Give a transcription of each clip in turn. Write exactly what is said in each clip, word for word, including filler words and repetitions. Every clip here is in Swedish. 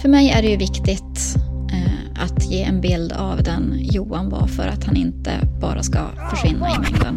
För mig är det ju viktigt eh, att ge en bild av den Johan var för att han inte bara ska försvinna i mängden.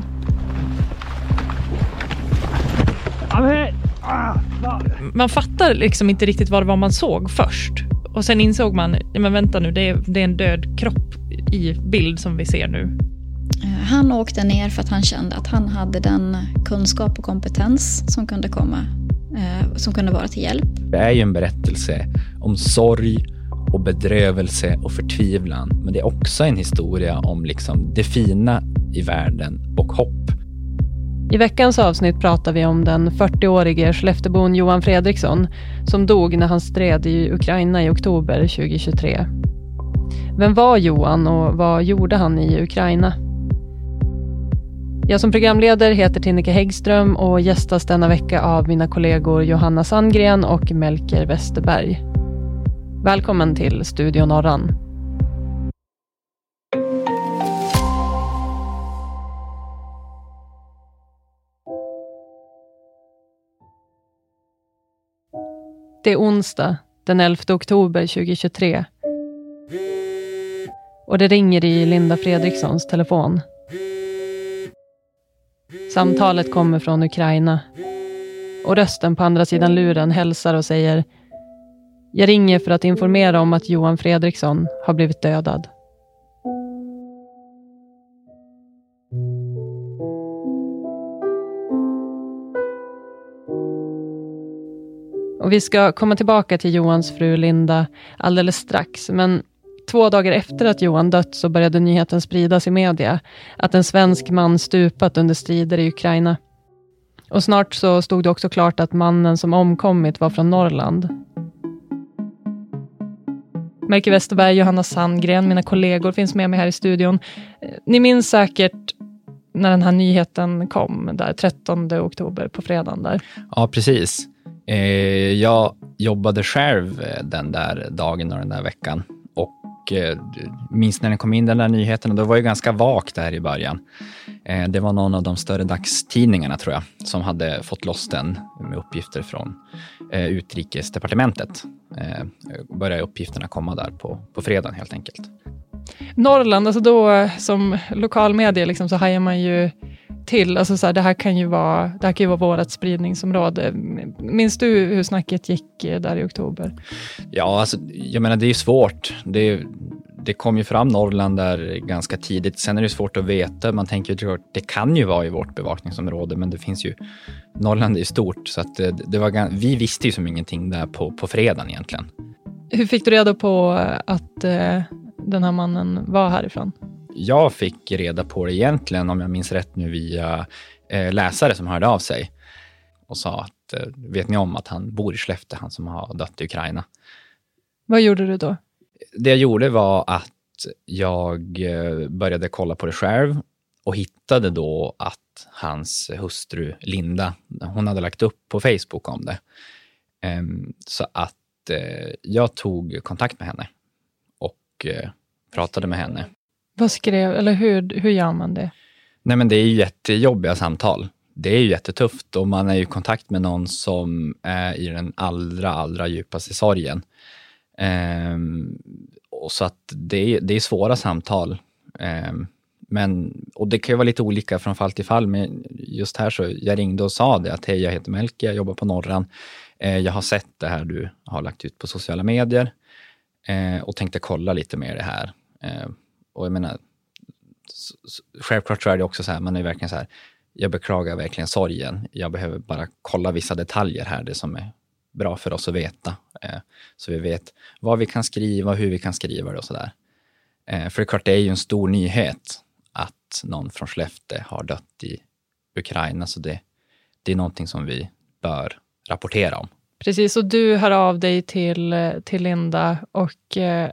Man fattar liksom inte riktigt vad det var man såg först. Och sen insåg man, ja men vänta nu, det är, det är en död kropp i bild som vi ser nu. Han åkte ner för att han kände att han hade den kunskap och kompetens som kunde komma, eh, som kunde vara till hjälp. Det är ju en berättelse om sorg och bedrövelse och förtvivlan. Men det är också en historia om liksom det fina i världen och hopp. I veckans avsnitt pratar vi om den fyrtioårige Skelleftebon Johan Fredriksson som dog när han stred i Ukraina i oktober tjugohundratjugotre. Vem var Johan och vad gjorde han i Ukraina? Jag som programledare heter Tinnika Häggström och gästas denna vecka av mina kollegor Johanna Sandgren och Melker Westerberg. Välkommen till Studio Norran. Det är onsdag, den elfte oktober tjugohundratjugotre. Och det ringer i Linda Fredrikssons telefon. Samtalet kommer från Ukraina. Och rösten på andra sidan luren hälsar och säger: jag ringer för att informera om att Johan Fredriksson har blivit dödad. Och vi ska komma tillbaka till Johans fru Linda alldeles strax. Men två dagar efter att Johan dött så började nyheten spridas i media att en svensk man stupat under strider i Ukraina. Och snart så stod det också klart att mannen som omkommit var från Norrland. Melker Westerberg, Johanna Sandgren, mina kollegor finns med mig här i studion. Ni minns säkert när den här nyheten kom där trettonde oktober på fredagen där. Ja, precis. Jag jobbade själv den där dagen och den där veckan. Och minns när den kom in den där nyheten, och då var ju ganska vagt där i början. Det var någon av de större dagstidningarna tror jag som hade fått loss den med uppgifter från utrikesdepartementet. Började uppgifterna komma där på, på fredagen helt enkelt. Norrland, alltså då som lokalmedia liksom, så hajar man ju till, alltså så här, det här kan ju vara det här kan ju vara vårat spridningsområde. Minns du hur snacket gick där i oktober? Ja, alltså jag menar det är ju svårt. Det, det kom ju fram Norrland där ganska tidigt. Sen är det svårt att veta. Man tänker ju att det kan ju vara i vårt bevakningsområde, men det finns ju, Norrland är ju stort, så att det, det var, vi visste ju som ingenting där på, på fredagen egentligen. Hur fick du reda på att eh, den här mannen var härifrån? Jag fick reda på det egentligen, om jag minns rätt nu, via eh, läsare som hörde av sig och sa att eh, vet ni om att han bor i Skellefteå, han som har dött i Ukraina. Vad gjorde du då? Det jag gjorde var att jag eh, började kolla på det själv och hittade då att hans hustru Linda, hon hade lagt upp på Facebook om det. Eh, så att eh, jag tog kontakt med henne och eh, pratade med henne. Vad skrev, eller hur, hur gör man det? Nej, men det är ju jättejobbiga samtal. Det är ju jättetufft och man är ju i kontakt med någon som är i den allra, allra djupaste sorgen. Ehm, och så att det är, det är svåra samtal. Ehm, men, och det kan ju vara lite olika från fall till fall. Men just här så jag ringde och sa det att hej, jag heter Melker, jag jobbar på Norran. Ehm, jag har sett det här du har lagt ut på sociala medier. Ehm, och tänkte kolla lite mer det här. Ehm, Och jag menar, självklart så är det också så här, man är verkligen så här, jag beklagar verkligen sorgen. Jag behöver bara kolla vissa detaljer här, det som är bra för oss att veta. Eh, så vi vet vad vi kan skriva, hur vi kan skriva det och sådär. Eh, för det är klart, det är ju en stor nyhet att någon från Skellefteå har dött i Ukraina. Så det, det är någonting som vi bör rapportera om. Precis, och du hör av dig till, till Linda och eh,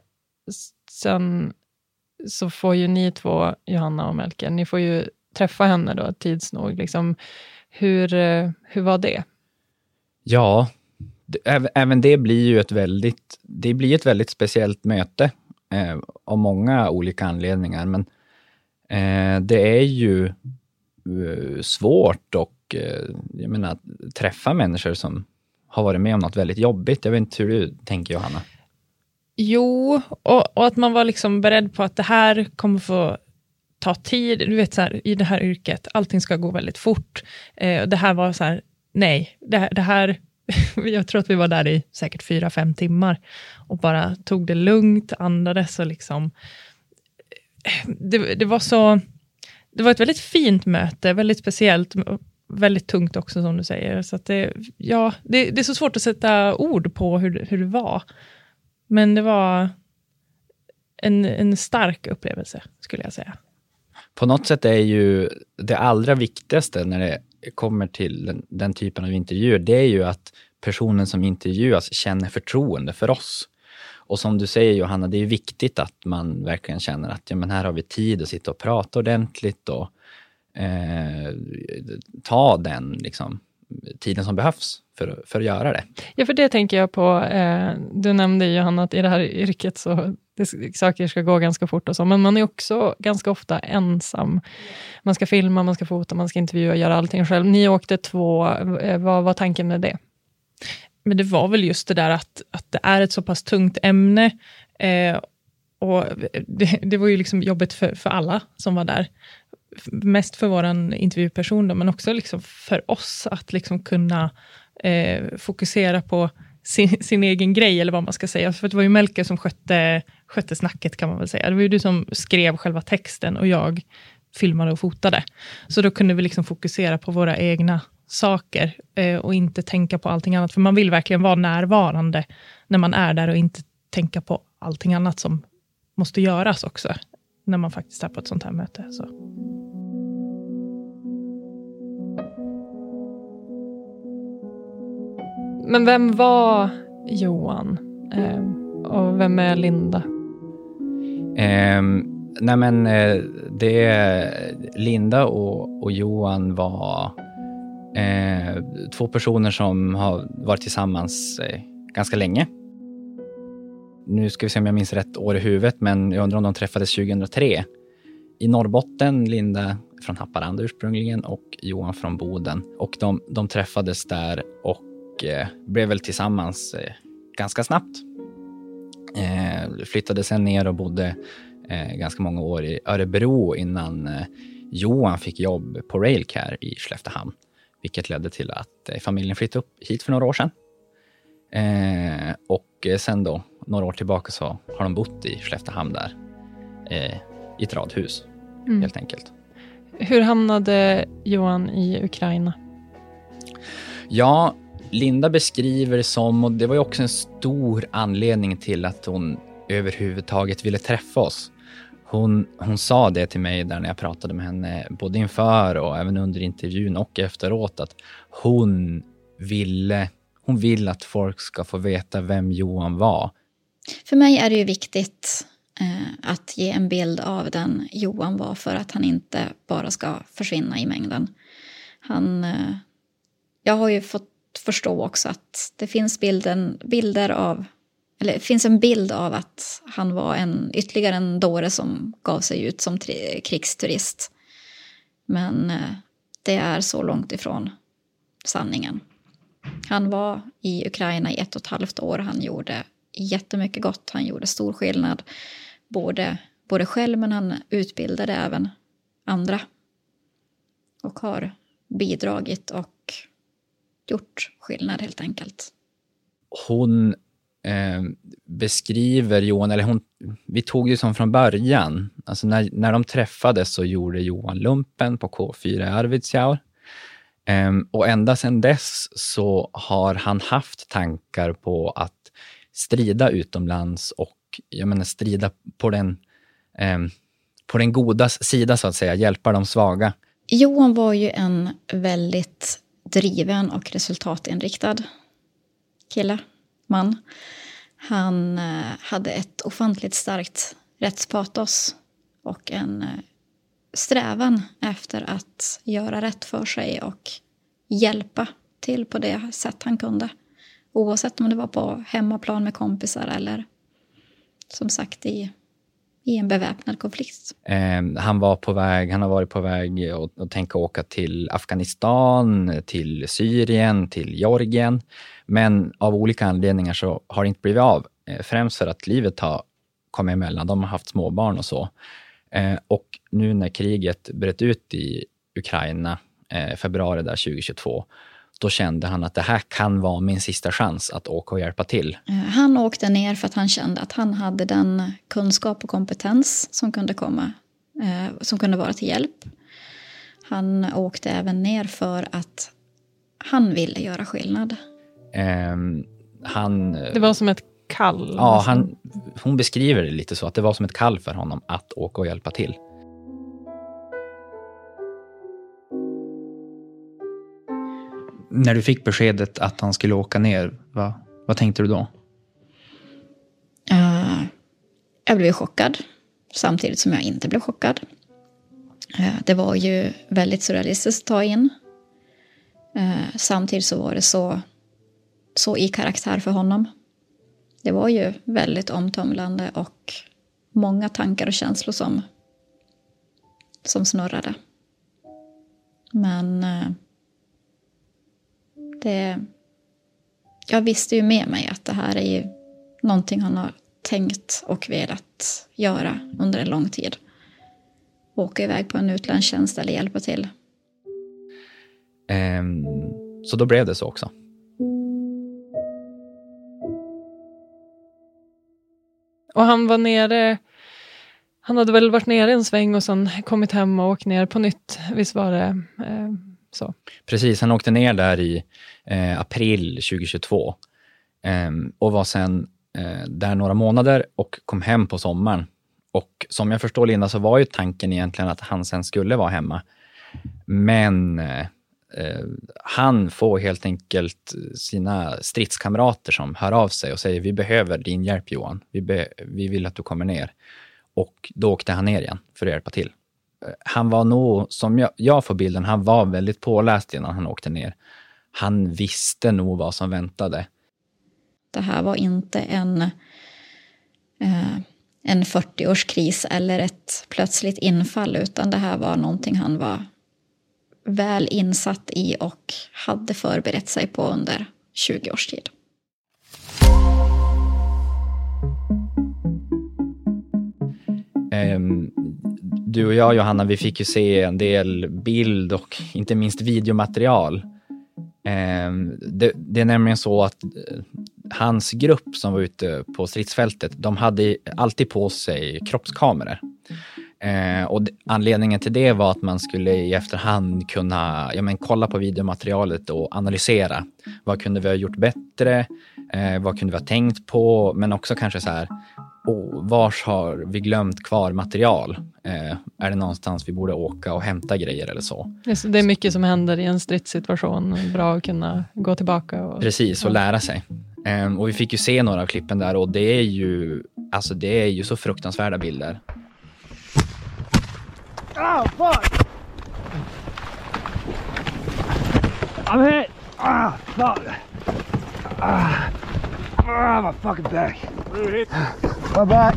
sen så får ju ni två, Johanna och Melker, ni får ju träffa henne då tids nog. Liksom. Hur, hur var det? Ja, det, även det blir ju ett väldigt, det blir ett väldigt speciellt möte eh, av många olika anledningar. Men eh, det är ju eh, svårt och eh, jag menar, träffa människor som har varit med om något väldigt jobbigt. Jag vet inte hur du tänker, Johanna. Jo, och, och att man var liksom beredd på att det här kommer få ta tid. Du vet så här, i det här yrket, allting ska gå väldigt fort. Eh, det här var så här, nej, det här, det här jag tror att vi var där i säkert fyra, fem timmar och bara tog det lugnt, andades och liksom det, det var så det var ett väldigt fint möte, väldigt speciellt, väldigt tungt också som du säger, så att det, ja, det, det är så svårt att sätta ord på hur, hur det var, men det var en, en stark upplevelse skulle jag säga. På något sätt är ju det allra viktigaste när det kommer till den, den typen av intervjuer, det är ju att personen som intervjuas känner förtroende för oss. Och som du säger Johanna, det är viktigt att man verkligen känner att ja, men här har vi tid att sitta och prata ordentligt och eh, ta den liksom, tiden som behövs för, för att göra det. Ja, för det tänker jag på. Eh, du nämnde Johanna att i det här yrket så det, saker ska gå ganska fort och så, men man är också ganska ofta ensam. Man ska filma, man ska fota, man ska intervjua, göra allting själv. Ni åkte två, eh, vad var tanken med det? Men det var väl just det där att, att det är ett så pass tungt ämne eh, och det, det var ju liksom jobbet för, för alla som var där. Mest för våran intervjuperson då, men också liksom för oss att liksom kunna eh, fokusera på sin, sin egen grej eller vad man ska säga. För det var ju Melker som skötte, skötte snacket kan man väl säga. Det var ju du som skrev själva texten och jag filmade och fotade. Så då kunde vi liksom fokusera på våra egna saker eh, och inte tänka på allting annat. För man vill verkligen vara närvarande när man är där och inte tänka på allting annat som måste göras också när man faktiskt är på ett sånt här möte. Så. Men vem var Johan? Eh, och vem är Linda? Eh, nej men eh, det Linda och, och Johan var eh, två personer som har varit tillsammans eh, ganska länge. Nu ska vi se om jag minns rätt år i huvudet, men jag undrar om de träffades tjugohundratre. I Norrbotten, Linda från Haparanda ursprungligen och Johan från Boden. Och de, de träffades där och eh, blev väl tillsammans eh, ganska snabbt. Eh, flyttade sen ner och bodde eh, ganska många år i Örebro innan eh, Johan fick jobb på Railcare i Skelleftehamn. Vilket ledde till att eh, familjen flyttade upp hit för några år sedan. Eh, och sen då, några år tillbaka så har de bott i Skelleftehamn där. Eh, I ett radhus, mm. helt enkelt. Hur hamnade Johan i Ukraina? Ja, Linda beskriver det som, och det var ju också en stor anledning till att hon överhuvudtaget ville träffa oss. Hon, hon sa det till mig där när jag pratade med henne både inför och även under intervjun och efteråt att hon ville, hon vill att folk ska få veta vem Johan var. För mig är det ju viktigt eh, att ge en bild av den Johan var för att han inte bara ska försvinna i mängden. Han, eh, jag har ju fått förstå också att det finns bilden, bilder av, eller det finns en bild av att han var en ytterligare en dåre som gav sig ut som tri- krigsturist. Men eh, det är så långt ifrån sanningen. Han var i Ukraina i ett och ett halvt år. Han gjorde jättemycket gott. Han gjorde stor skillnad. Både, både själv men han utbildade även andra. Och har bidragit och gjort skillnad helt enkelt. Hon eh, beskriver Johan, eller hon, vi tog det som från början. Alltså när, när de träffades så gjorde Johan lumpen på K fyra i Arvidsjaur. Um, och ända sedan dess så har han haft tankar på att strida utomlands och jag menar strida på den, um, på den godas sida så att säga, hjälpa de svaga. Johan var ju en väldigt driven och resultatinriktad kille, man. Han uh, hade ett ofantligt starkt rättspatos och en uh, strävan efter att göra rätt för sig och hjälpa till på det sätt han kunde. Oavsett om det var på hemmaplan med kompisar eller som sagt i, i en beväpnad konflikt. Eh, han var på väg, han har varit på väg och, och tänka åka till Afghanistan, till Syrien, till Georgien. Men av olika anledningar så har det inte blivit av. Eh, främst för att livet har kommit emellan. De har haft småbarn och så. Eh, och nu när kriget bröt ut i Ukraina eh, februari där tjugohundratjugotvå, då kände han att det här kan vara min sista chans att åka och hjälpa till. Han åkte ner för att han kände att han hade den kunskap och kompetens som kunde komma, eh, som kunde vara till hjälp. Han åkte även ner för att han ville göra skillnad. Eh, han, det var som ett kall. Ja, han, hon beskriver det lite så att det var som ett kall för honom att åka och hjälpa till. När du fick beskedet att han skulle åka ner, vad, vad tänkte du då? Uh, jag blev chockad, samtidigt som jag inte blev chockad. Uh, det var ju väldigt surrealistiskt att ta in. Uh, samtidigt så var det så, så i karaktär för honom. Det var ju väldigt omtumlande och många tankar och känslor som, som snurrade. Men uh, det, jag visste ju med mig att det här är ju någonting han har tänkt och velat göra under en lång tid. Åka iväg på en utlandstjänst eller hjälpa till. Um, så då blev det så också. Och han var nere, han hade väl varit nere en sväng och sen kommit hem och åkt ner på nytt. Visst var det eh, så? Precis, han åkte ner där i eh, april tjugohundratjugotvå. Eh, och var sen eh, där några månader och kom hem på sommaren. Och som jag förstår, Linda, så var ju tanken egentligen att han sen skulle vara hemma. Men eh, han får helt enkelt sina stridskamrater som hör av sig och säger: vi behöver din hjälp, Johan. Vi, be- vi vill att du kommer ner. Och då åkte han ner igen för att hjälpa till. Han var nog, som jag, jag får bilden, han var väldigt påläst innan han åkte ner. Han visste nog vad som väntade. Det här var inte en, eh, en fyrtioårskris eller ett plötsligt infall, utan det här var någonting han var väl insatt i och hade förberett sig på under tjugo års tid. Um, du och jag, Johanna, vi fick ju se en del bild och inte minst videomaterial. Um, det, det är nämligen så att hans grupp som var ute på stridsfältet, de hade alltid på sig kroppskameror. Eh, och d- anledningen till det var att man skulle i efterhand kunna ja, men, kolla på videomaterialet och analysera. Vad kunde vi ha gjort bättre? Eh, vad kunde vi ha tänkt på? Men också kanske så här, oh, vars har vi glömt kvar material? Eh, är det någonstans vi borde åka och hämta grejer eller så? Just, det är mycket som händer i en stridssituation. Bra att kunna gå tillbaka. Och, Precis, och ja. lära sig. Eh, och vi fick ju se några av klippen där och det är ju, alltså, det är ju så fruktansvärda bilder. Oh, fuck! I'm hit! Ah, fuck! Ah, ah my fucking back. My back.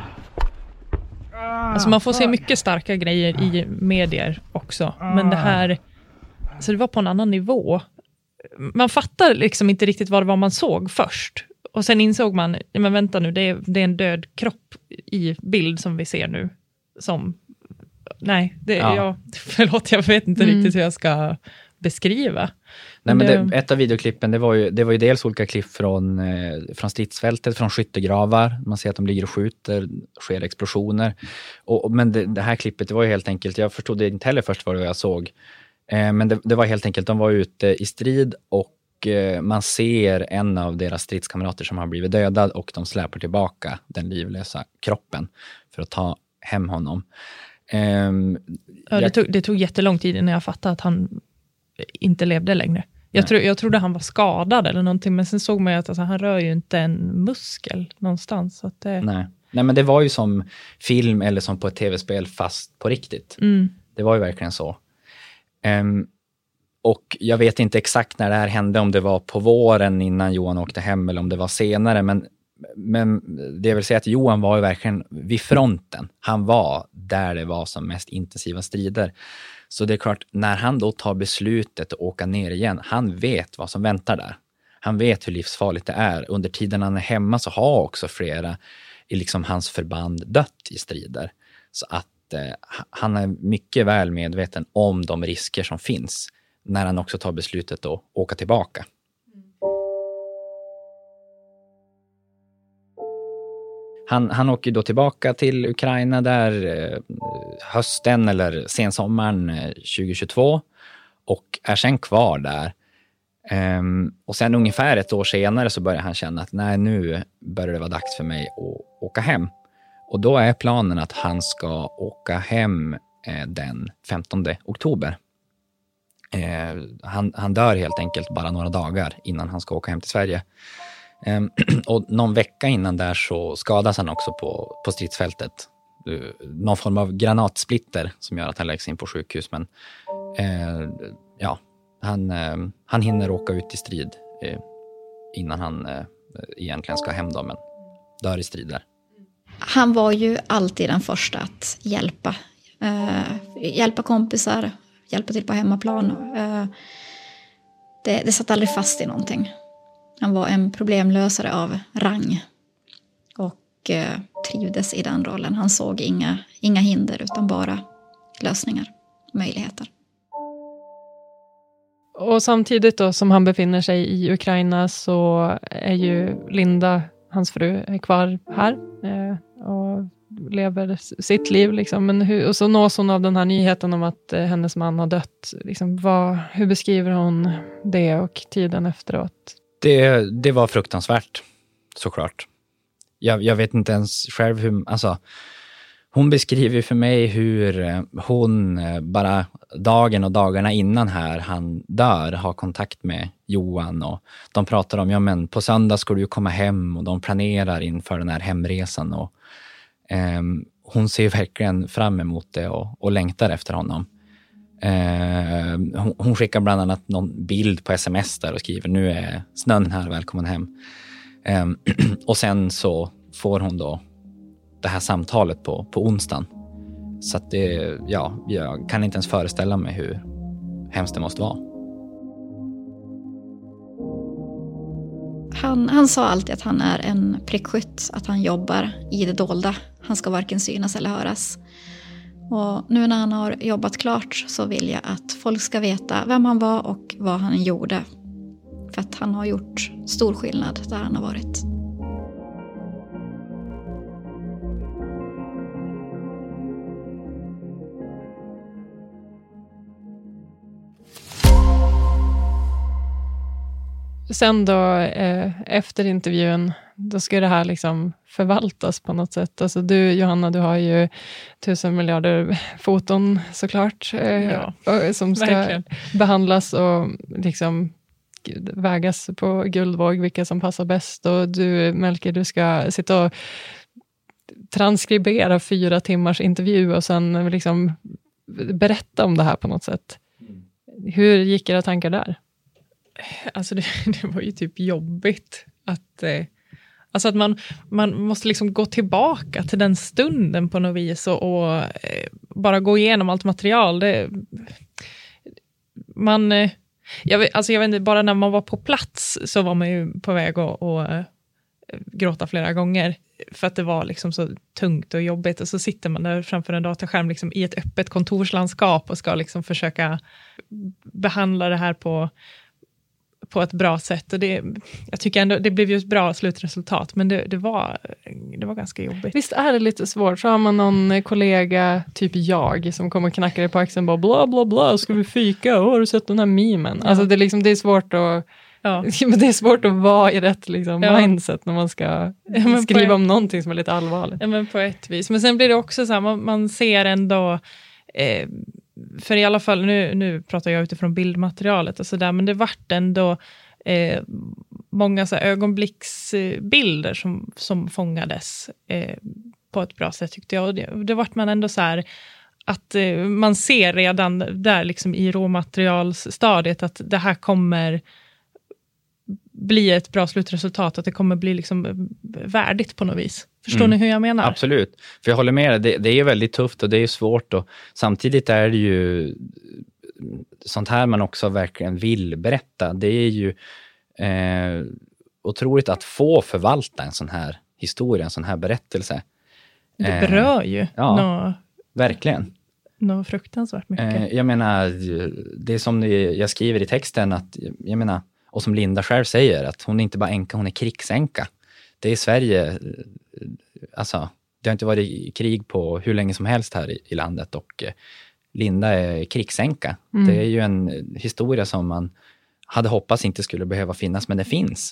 Ah, Alltså man får fuck. se mycket starka grejer i medier också. Men det här, så det var på en annan nivå. Man fattar liksom inte riktigt vad det var man såg först. Och sen insåg man, men vänta nu, det är, det är en död kropp i bild som vi ser nu. Som, nej, det, Ja. jag, förlåt, jag vet inte mm. riktigt hur jag ska beskriva. Nej, men det, det, ett av videoklippen, det var ju, det var ju dels olika klipp från, eh, från stridsfältet, från skyttegravar. Man ser att de ligger och skjuter, sker explosioner. Och, och, men det, det här klippet, det var ju helt enkelt, jag förstod det inte heller först vad jag såg. Eh, men det, det var helt enkelt, de var ute i strid och eh, man ser en av deras stridskamrater som har blivit dödad och de släpar tillbaka den livlösa kroppen för att ta hem honom. Eh, ja, det, tog, det tog jättelång tid innan jag fattade att han inte levde längre. Jag, tro, jag trodde han var skadad eller någonting, men sen såg man ju att alltså, han rör ju inte en muskel någonstans. Så att det... Nej. Nej, men det var ju som film eller som på ett tv-spel fast på riktigt. Mm. Det var ju verkligen så. Um, och jag vet inte exakt när det här hände, om det var på våren innan Johan åkte hem eller om det var senare, men, men det vill säga att Johan var ju verkligen vid fronten. Han var där det var som mest intensiva strider. Så det är klart, när han då tar beslutet att åka ner igen, han vet vad som väntar där. Han vet hur livsfarligt det är. Under tiden han är hemma så har också flera i liksom hans förband dött i strider. Så att eh, han är mycket väl medveten om de risker som finns när han också tar beslutet att åka tillbaka. Han, han åker då tillbaka till Ukraina där eh, hösten eller sensommaren eh, tjugohundratjugotvå och är sen kvar där. Um, och sen ungefär ett år senare så börjar han känna att nej, nu börjar det vara dags för mig att åka hem. Och då är planen att han ska åka hem eh, den femtonde oktober. Eh, han, han dör helt enkelt bara några dagar innan han ska åka hem till Sverige. Um, och någon vecka innan där så skadas han också på, på stridsfältet. Uh, någon form av granatsplitter som gör att han läggs in på sjukhus. Men uh, ja, han, uh, han hinner åka ut i strid uh, innan han uh, egentligen ska hem då, men dör i strider. Han var ju alltid den första att hjälpa. Uh, hjälpa kompisar, hjälpa till på hemmaplan. Uh, det, det satt aldrig fast i någonting. Han var en problemlösare av rang och eh, trivdes i den rollen. Han såg inga, inga hinder utan bara lösningar, möjligheter. Och samtidigt då som han befinner sig i Ukraina så är ju Linda, hans fru, är kvar här eh, och lever sitt liv. Liksom. Men hur, och så nås hon av den här nyheten om att eh, hennes man har dött. Liksom, vad, hur beskriver hon det och tiden efteråt? Det, det var fruktansvärt, såklart. Jag, jag vet inte ens själv hur... Alltså, hon beskriver för mig hur hon bara dagen och dagarna innan här han dör har kontakt med Johan. Och de pratar om, ja men på söndag ska du komma hem, och de planerar inför den här hemresan. Och, eh, hon ser verkligen fram emot det och, och längtar efter honom. Eh, hon, hon skickar bland annat någon bild på sms där och skriver, nu är snön här, välkommen hem. Eh, och sen så får hon då det här samtalet på, på onsdagen. Så att det, ja, jag kan inte ens föreställa mig hur hemskt det måste vara. Han, han sa alltid att han är en prickskytt, att han jobbar i det dolda. Han ska varken synas eller höras. Och nu när han har jobbat klart så vill jag att folk ska veta vem han var och vad han gjorde. För att han har gjort stor skillnad där han har varit. Sen då, eh, efter intervjun, då ska det här liksom förvaltas på något sätt. Alltså du, Johanna, du har ju tusen miljarder foton såklart. Eh, ja, som ska verkligen behandlas och liksom vägas på guldvåg, vilka som passar bäst. Och du, Melker, du ska sitta och transkribera fyra timmars intervju och sen liksom berätta om det här på något sätt. Hur gick era tankar där? Alltså det, det var ju typ jobbigt att, eh, alltså att man, man måste liksom gå tillbaka till den stunden på något vis och, och eh, bara gå igenom allt material. Det, man, eh, jag, vet, alltså jag vet inte, bara när man var på plats så var man ju på väg att och, eh, gråta flera gånger för att det var liksom så tungt och jobbigt, och så sitter man där framför en dataskärm liksom i ett öppet kontorslandskap och ska liksom försöka behandla det här på på ett bra sätt, och det, jag tycker ändå det blev ju ett bra slutresultat, men det, det, var, det var ganska jobbigt. Visst är det lite svårt, så har man någon kollega, typ jag, som kommer knacka dig på axeln och bara bla bla bla, ska vi fika? Oh, har du sett den här memen? Ja. Alltså det är, liksom, det är svårt att ja. det är svårt att vara i rätt liksom, ja. mindset när man ska ja, skriva ett, om någonting som är lite allvarligt. Ja, men på ett vis. Men sen blir det också så här, man, man ser ändå eh, för i alla fall, nu, nu pratar jag utifrån bildmaterialet och sådär, men det vart ändå eh, många så här ögonblicksbilder som, som fångades eh, på ett bra sätt, tyckte jag. Och det, det vart man ändå så här att eh, man ser redan där liksom i råmaterialsstadiet att det här kommer bli ett bra slutresultat, att det kommer bli liksom värdigt på något vis. Förstår mm. ni hur jag menar? Absolut. För jag håller med dig, det, det är väldigt tufft och det är svårt, och samtidigt är det ju sånt här man också verkligen vill berätta. Det är ju Eh, otroligt att få förvalta en sån här historia, en sån här berättelse. Det berör ju. Eh, ja, nå, verkligen. Något fruktansvärt mycket. Eh, jag menar, det som jag skriver i texten, att, jag menar, och som Linda själv säger, att hon är inte bara änka, hon är krigsänka. Det är i Sverige, alltså, det har inte varit krig på hur länge som helst här i, i landet, och eh, Linda är krigsänka. Mm. Det är ju en historia som man hade hoppats inte skulle behöva finnas, men det finns.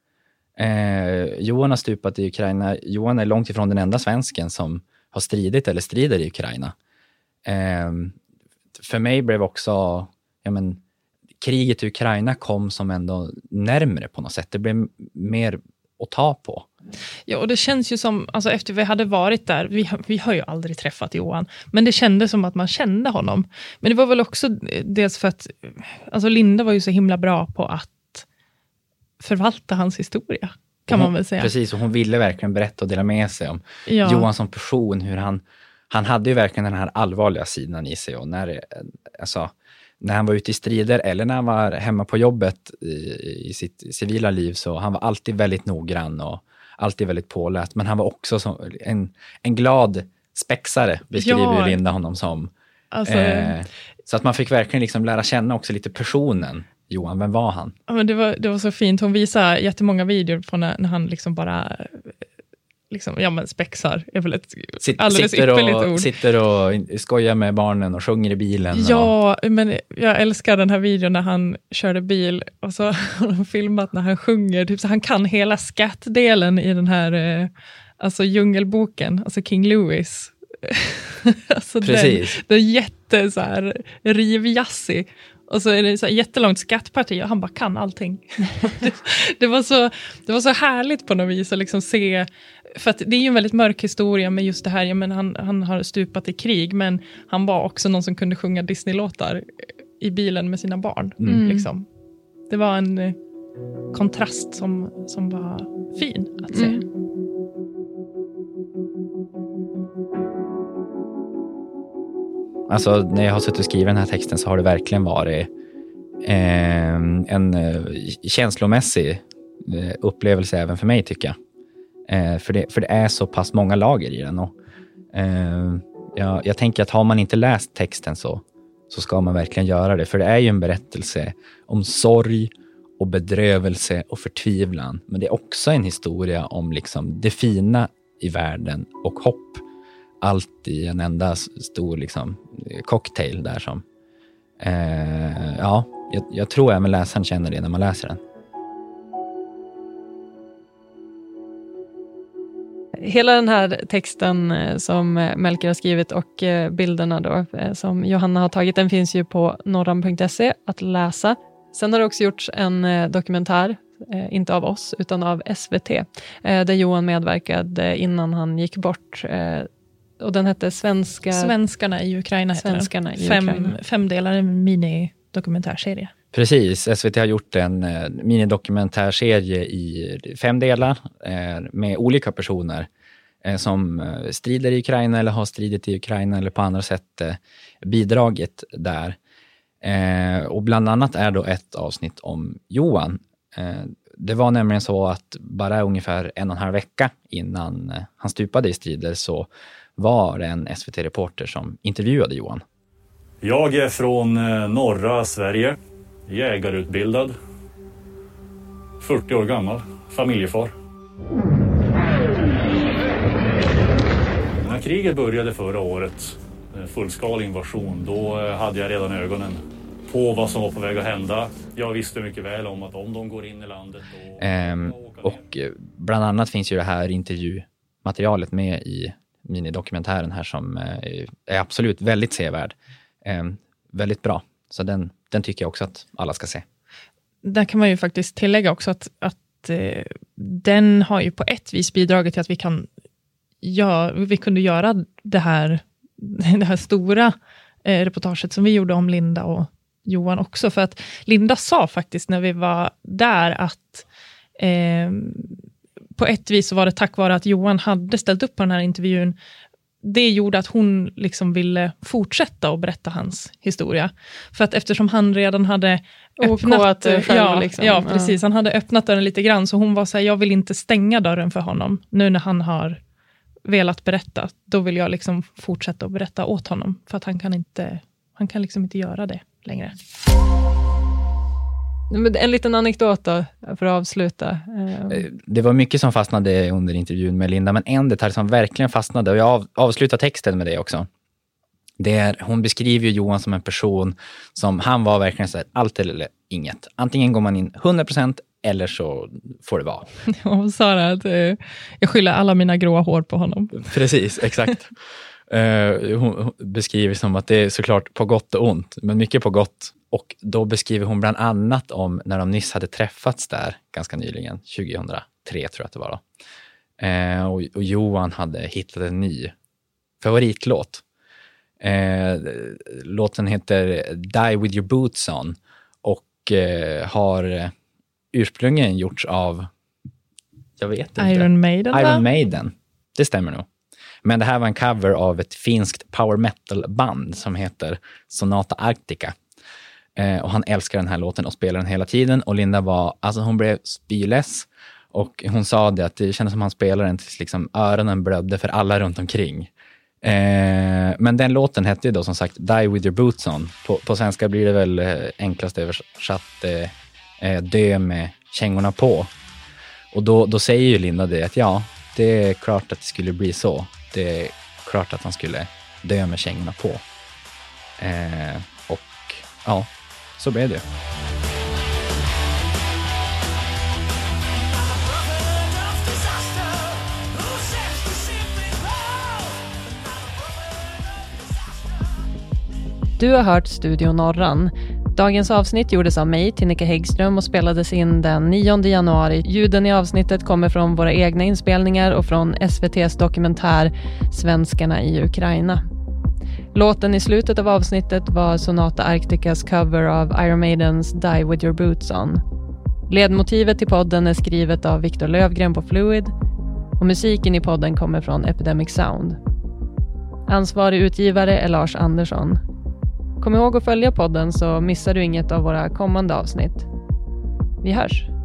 Eh, Johan har stupat i Ukraina. Johan är långt ifrån den enda svensken som har stridit eller strider i Ukraina. Eh, för mig blev också, ja men, kriget i Ukraina kom som ändå närmare på något sätt. Det blev mer att ta på. Ja, och det känns ju som, alltså efter vi hade varit där, vi, vi har ju aldrig träffat Johan, men det kändes som att man kände honom. Men det var väl också dels för att, alltså Linda var ju så himla bra på att förvalta hans historia, kan hon, man väl säga. Precis, och hon ville verkligen berätta och dela med sig om ja. Johan som person, hur han, han hade ju verkligen den här allvarliga sidan i sig, och när, alltså, när han var ute i strider eller när han var hemma på jobbet i, i sitt civila liv, så han var alltid väldigt noggrann och alltid väldigt påläst, men han var också som en, en glad spexare, beskriver ja. Linda honom som. Alltså, eh, så att man fick verkligen liksom lära känna också lite personen. Johan, vem var han? Ja, men det var, det var så fint. Hon visade jättemånga videor på när, när han liksom bara liksom, ja men spexar är väl ett Sitt, alldeles sitter ypperligt och, ord. Sitter och skojar med barnen och sjunger i bilen. Ja, och... men jag älskar den här videon när han körde bil och så har de filmat när han sjunger. Typ så han kan hela skattdelen i den här eh, alltså djungelboken, alltså King Louis. Alltså precis. Den, den jätte så här rivjassig. Och så är det så här jättelångt skattparti och han bara kan allting. det, det, var så, det var så härligt på något vis att liksom se, för att det är ju en väldigt mörk historia med just det här, ja, men han, han har stupat i krig, men han var också någon som kunde sjunga Disney-låtar i bilen med sina barn. Mm. Liksom. Det var en eh, kontrast som, som var fin att se. Mm. Alltså när jag har suttit och skrivit den här texten så har det verkligen varit eh, en eh, känslomässig eh, upplevelse även för mig, tycker jag. Eh, för, det, för det är så pass många lager i den. Och, eh, jag, jag tänker att har man inte läst texten så, så ska man verkligen göra det. För det är ju en berättelse om sorg och bedrövelse och förtvivlan. Men det är också en historia om liksom det fina i världen och hopp. Allt i en enda stor liksom, cocktail där som... Eh, ja, jag, jag tror även läsaren känner det när man läser den. Hela den här texten som Melker har skrivit och bilderna då, som Johanna har tagit, den finns ju på norran punkt se att läsa. Sen har det också gjorts en dokumentär, inte av oss utan av S V T, där Johan medverkade innan han gick bort. Och den hette Svenska... Svenskarna i Ukraina. Svenskarna i fem, Ukraina. Fem delar, en mini-dokumentärserie. Precis, S V T har gjort en eh, mini-dokumentärserie i fem delar eh, med olika personer eh, som eh, strider i Ukraina eller har stridit i Ukraina eller på andra sätt eh, bidragit där. Eh, och bland annat är då ett avsnitt om Johan. Eh, det var nämligen så att bara ungefär en och en halv vecka innan eh, han stupade i strider så var det en S V T-reporter som intervjuade Johan. Jag är från eh, norra Sverige, jägarutbildad, fyrtio år gammal, familjefar. När kriget började förra året, fullskalig invasion, då hade jag redan ögonen på vad som var på väg att hända. Jag visste mycket väl om att om de går in i landet... Då, ehm, och bland annat finns ju det här intervjumaterialet med i minidokumentären här som är absolut väldigt sevärd. Ehm, väldigt bra. Så den, den tycker jag också att alla ska se. Där kan man ju faktiskt tillägga också att, att eh, den har ju på ett vis bidragit till att vi kan ja, vi kunde göra det här, det här stora eh, reportaget som vi gjorde om Linda och Johan också. För att Linda sa faktiskt när vi var där att eh, på ett vis så var det tack vare att Johan hade ställt upp på den här intervjun det gjorde att hon liksom ville fortsätta att berätta hans historia. För att eftersom han redan hade öppnat... själv, ja, liksom. ja, precis. Han hade öppnat dörren lite grann. Så hon var så här, jag vill inte stänga dörren för honom. Nu när han har velat berätta. Då vill jag liksom fortsätta att berätta åt honom. För att han kan inte, han kan liksom inte göra det längre. En liten anekdot då, för att avsluta. Det var mycket som fastnade under intervjun med Linda, men en detalj som verkligen fastnade, och jag av, avslutar texten med det också. Det är, hon beskriver ju Johan som en person som, han var verkligen så här, allt eller inget. Antingen går man in hundra procent eller så får det vara. Och Sara, att, eh, jag skyller alla mina gråa hår på honom. Precis, exakt. uh, hon, hon beskriver som att det är såklart på gott och ont, men mycket på gott. Och då beskriver hon bland annat om när de nyss hade träffats där ganska nyligen, tjugohundratre tror jag att det var då. Eh, och, och Johan hade hittat en ny favoritlåt. Eh, låten heter Die With Your Boots On och eh, har ursprungligen gjorts av, jag vet inte. Iron Maiden. Iron Maiden, det stämmer nog. Men det här var en cover av ett finskt power metal band som heter Sonata Arctica. Eh, och han älskar den här låten och spelar den hela tiden. Och Linda var, alltså hon blev spyless. Och hon sa det att det kändes som han spelade den tills liksom öronen blödde för alla runt omkring. Eh, men den låten hette ju då som sagt Die With Your Boots On. På, på svenska blir det väl eh, enklast översatt eh, Dö med kängorna på. Och då, då säger ju Linda det att ja, det är klart att det skulle bli så. Det är klart att han skulle dö med kängorna på. Eh, och ja, så blev det. Du har hört Studio Norran. Dagens avsnitt gjordes av mig, Tinnika Häggström, och spelades in den nionde januari. Ljuden i avsnittet kommer från våra egna inspelningar och från S V T:s dokumentär Svenskarna i Ukraina. Låten i slutet av avsnittet var Sonata Arcticas cover av Iron Maidens Die With Your Boots On. Ledmotivet till podden är skrivet av Viktor Lövgren på Fluid och musiken i podden kommer från Epidemic Sound. Ansvarig utgivare är Lars Andersson. Kom ihåg att följa podden så missar du inget av våra kommande avsnitt. Vi hörs!